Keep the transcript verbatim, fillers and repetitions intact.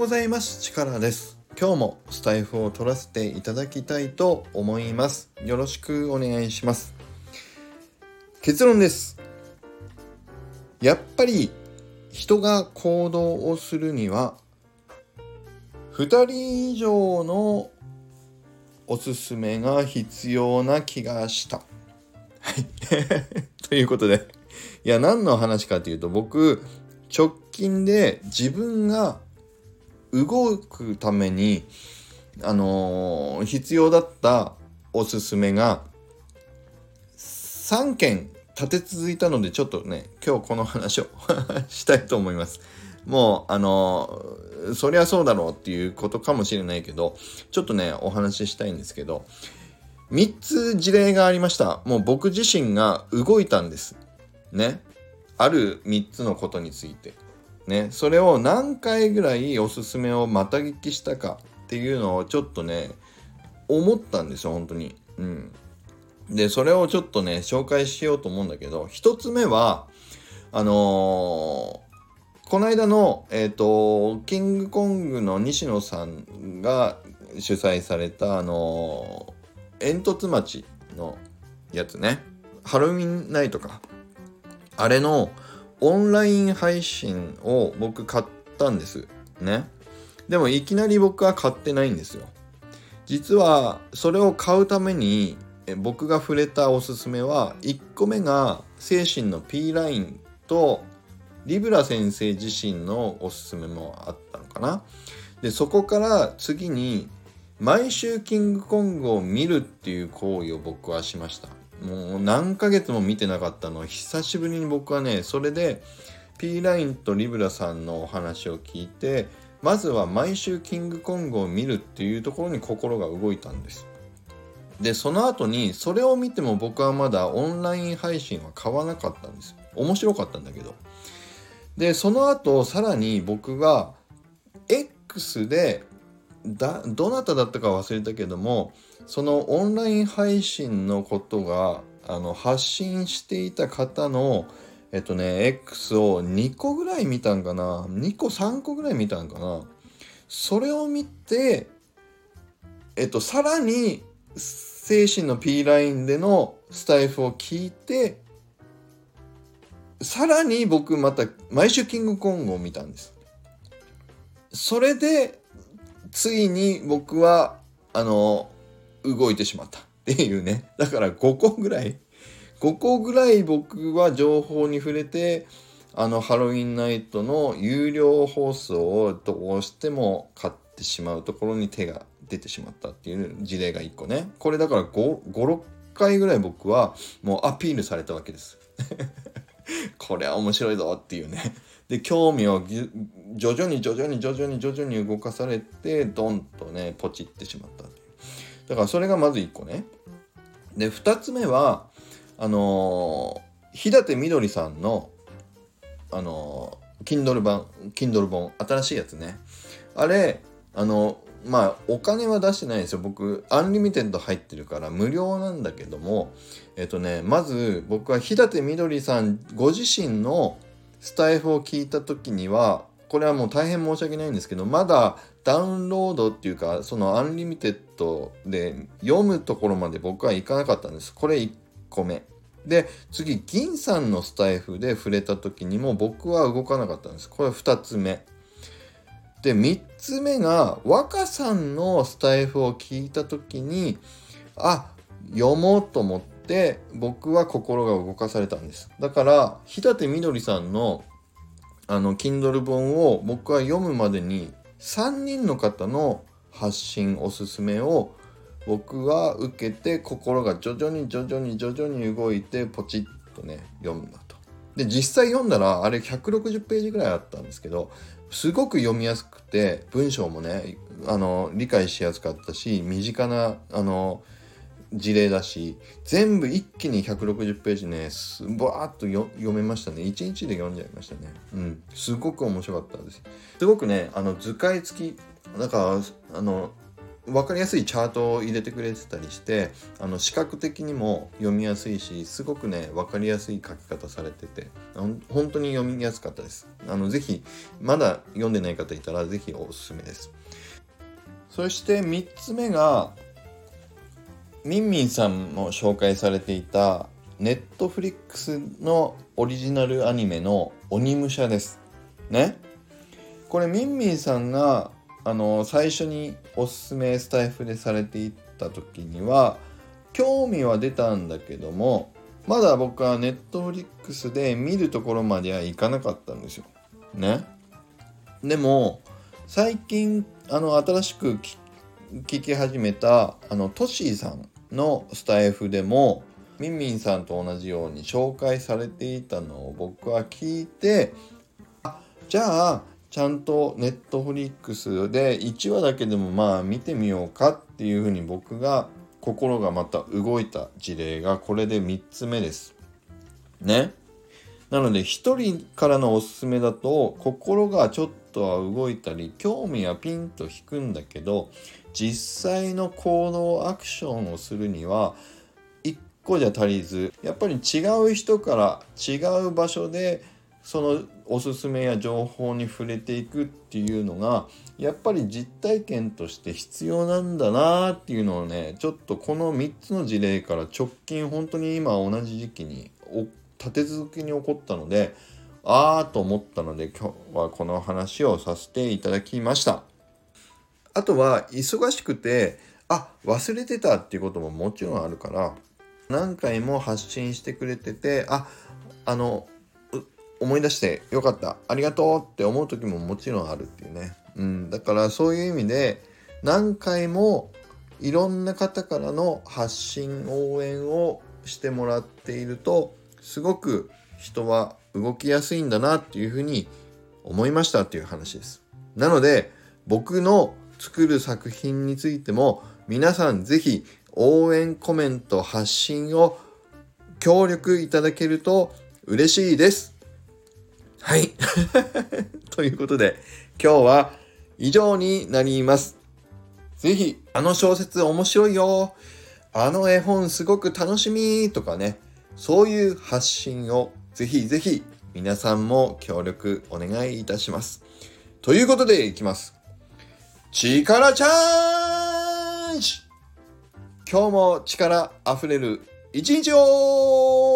ございます。チカラです。今日もスタイフを取らせていただきたいと思います。よろしくお願いします。結論です。やっぱり人が行動をするにはふたり以上のおすすめが必要な気がした。はい。ということで、いや何の話かというと、僕直近で自分が動くためにあのー、必要だったおすすめがさんけん立て続いたので、ちょっとね今日この話をしたいと思います。もうあのー、そりゃそうだろうっていうことかもしれないけど、ちょっとねお話ししたいんですけど、みっつ事例がありました。もう僕自身が動いたんですね。あるみっつのことについてね、それを何回ぐらいおすすめをまた聞きしたかっていうのをちょっとね思ったんですよ、本当に。うん。でそれをちょっとね紹介しようと思うんだけど、一つ目はあのー、この間のえっとキングコングの西野さんが主催されたあのー、煙突町のやつね、ハロウィンナイトか、あれのオンライン配信を僕買ったんですね。でもいきなり僕は買ってないんですよ。実はそれを買うために僕が触れたおすすめはいっこめが精神の P ラインとリブラ先生自身のおすすめもあったのかな。でそこから次に毎週キングコングを見るっていう行為を僕はしました。もう何ヶ月も見てなかったのを久しぶりに僕はね、それで P ラインとリブラさんのお話を聞いて、まずは毎週キングコングを見るっていうところに心が動いたんです。でその後にそれを見ても僕はまだオンライン配信は買わなかったんです。面白かったんだけど。でその後さらに僕が X でだどなただったか忘れたけども、そのオンライン配信のことがあの発信していた方のえっとね X をにこぐらい見たんかな、にこさんこぐらい見たんかな。それを見てえっとさらに精神の P ラインでのスタイフを聞いて、さらに僕また毎週キングコングを見たんです。それでついに僕はあの動いてしまったっていうね。だからごこぐらいごこぐらい僕は情報に触れて、あのハロウィンナイトの有料放送をどうしても買ってしまうところに手が出てしまったっていう事例がいっこね。これだからご、ろっかいぐらい僕はもうアピールされたわけですこれは面白いぞっていうね。で興味を徐々に徐々に徐々に徐々に動かされて、ドンとねポチってしまったっていう。だからそれがまずいっこね。でふたつめはあのー、日立みどりさんのあのー、Kindle 版 Kindle 本新しいやつね。あれあのまあお金は出してないんですよ。僕アンリミテッド入ってるから無料なんだけども、えっとねまず僕は日立みどりさんご自身のスタイフを聞いた時には、これはもう大変申し訳ないんですけど、まだダウンロードっていうかそのアンリミテッドで読むところまで僕は行かなかったんです。これいっこめで、次銀さんのスタイフで触れた時にも僕は動かなかったんです。これふたつめで、みっつめが若さんのスタイフを聞いた時に、あ、読もうと思って僕は心が動かされたんです。だから日立みどりさんのあの Kindle 本を僕は読むまでにさんにんの方の発信おすすめを僕は受けて、心が徐々に徐々に徐々に動いてポチッとね読んだと。で実際読んだらあれひゃくろくじゅうページぐらいあったんですけど、すごく読みやすくて文章もねあの理解しやすかったし、身近なあの事例だし、全部一気にひゃくろくじゅうページねバーッとよ読めましたね。いちにちで読んじゃいましたね。うんすごく面白かったです。すごくねあの図解付きだからあの分かりやすいチャートを入れてくれてたりして、あの視覚的にも読みやすいし、すごくね分かりやすい書き方されてて、本当に読みやすかったです。あのぜひまだ読んでない方いたらぜひおすすめです。そしてみっつめがみんみんさんも紹介されていたネットフリックスのオリジナルアニメの鬼武者ですね。これみんみんさんがあの最初におすすめスタイフでされていった時には興味は出たんだけども、まだ僕はネットフリックスで見るところまではいかなかったんですよね。でも最近あの新しく聞き始めたあのトシーさんのスタイフでもみんみんさんと同じように紹介されていたのを僕は聞いて、あ、じゃあちゃんとネットフリックスでいちわだけでもまあ見てみようかっていうふうに僕が心がまた動いた事例がこれでみっつめですね。なのでひとりからのおすすめだと心がちょっとは動いたり興味はピンと引くんだけど、実際の行動アクションをするにはいっこじゃ足りず、やっぱり違う人から違う場所でそのおすすめや情報に触れていくっていうのがやっぱり実体験として必要なんだなっていうのをね、ちょっとこのみっつの事例から直近本当に今同じ時期に立て続けに起こったので、あーと思ったので今日はこの話をさせていただきました。あとは忙しくてあ忘れてたっていうことももちろんあるから、何回も発信してくれててああの思い出してよかったありがとうって思う時ももちろんあるっていうね、うん、だからそういう意味で何回もいろんな方からの発信応援をしてもらっているとすごく人は動きやすいんだなっていうふうに思いましたっていう話です。なので僕の作る作品についても皆さんぜひ応援コメント発信を協力いただけると嬉しいです。はいということで今日は以上になります。ぜひあの小説面白いよ、あの絵本すごく楽しみとかね、そういう発信をぜひぜひ皆さんも協力お願いいたします。ということでいきます。力チャージ、今日も力あふれる一日を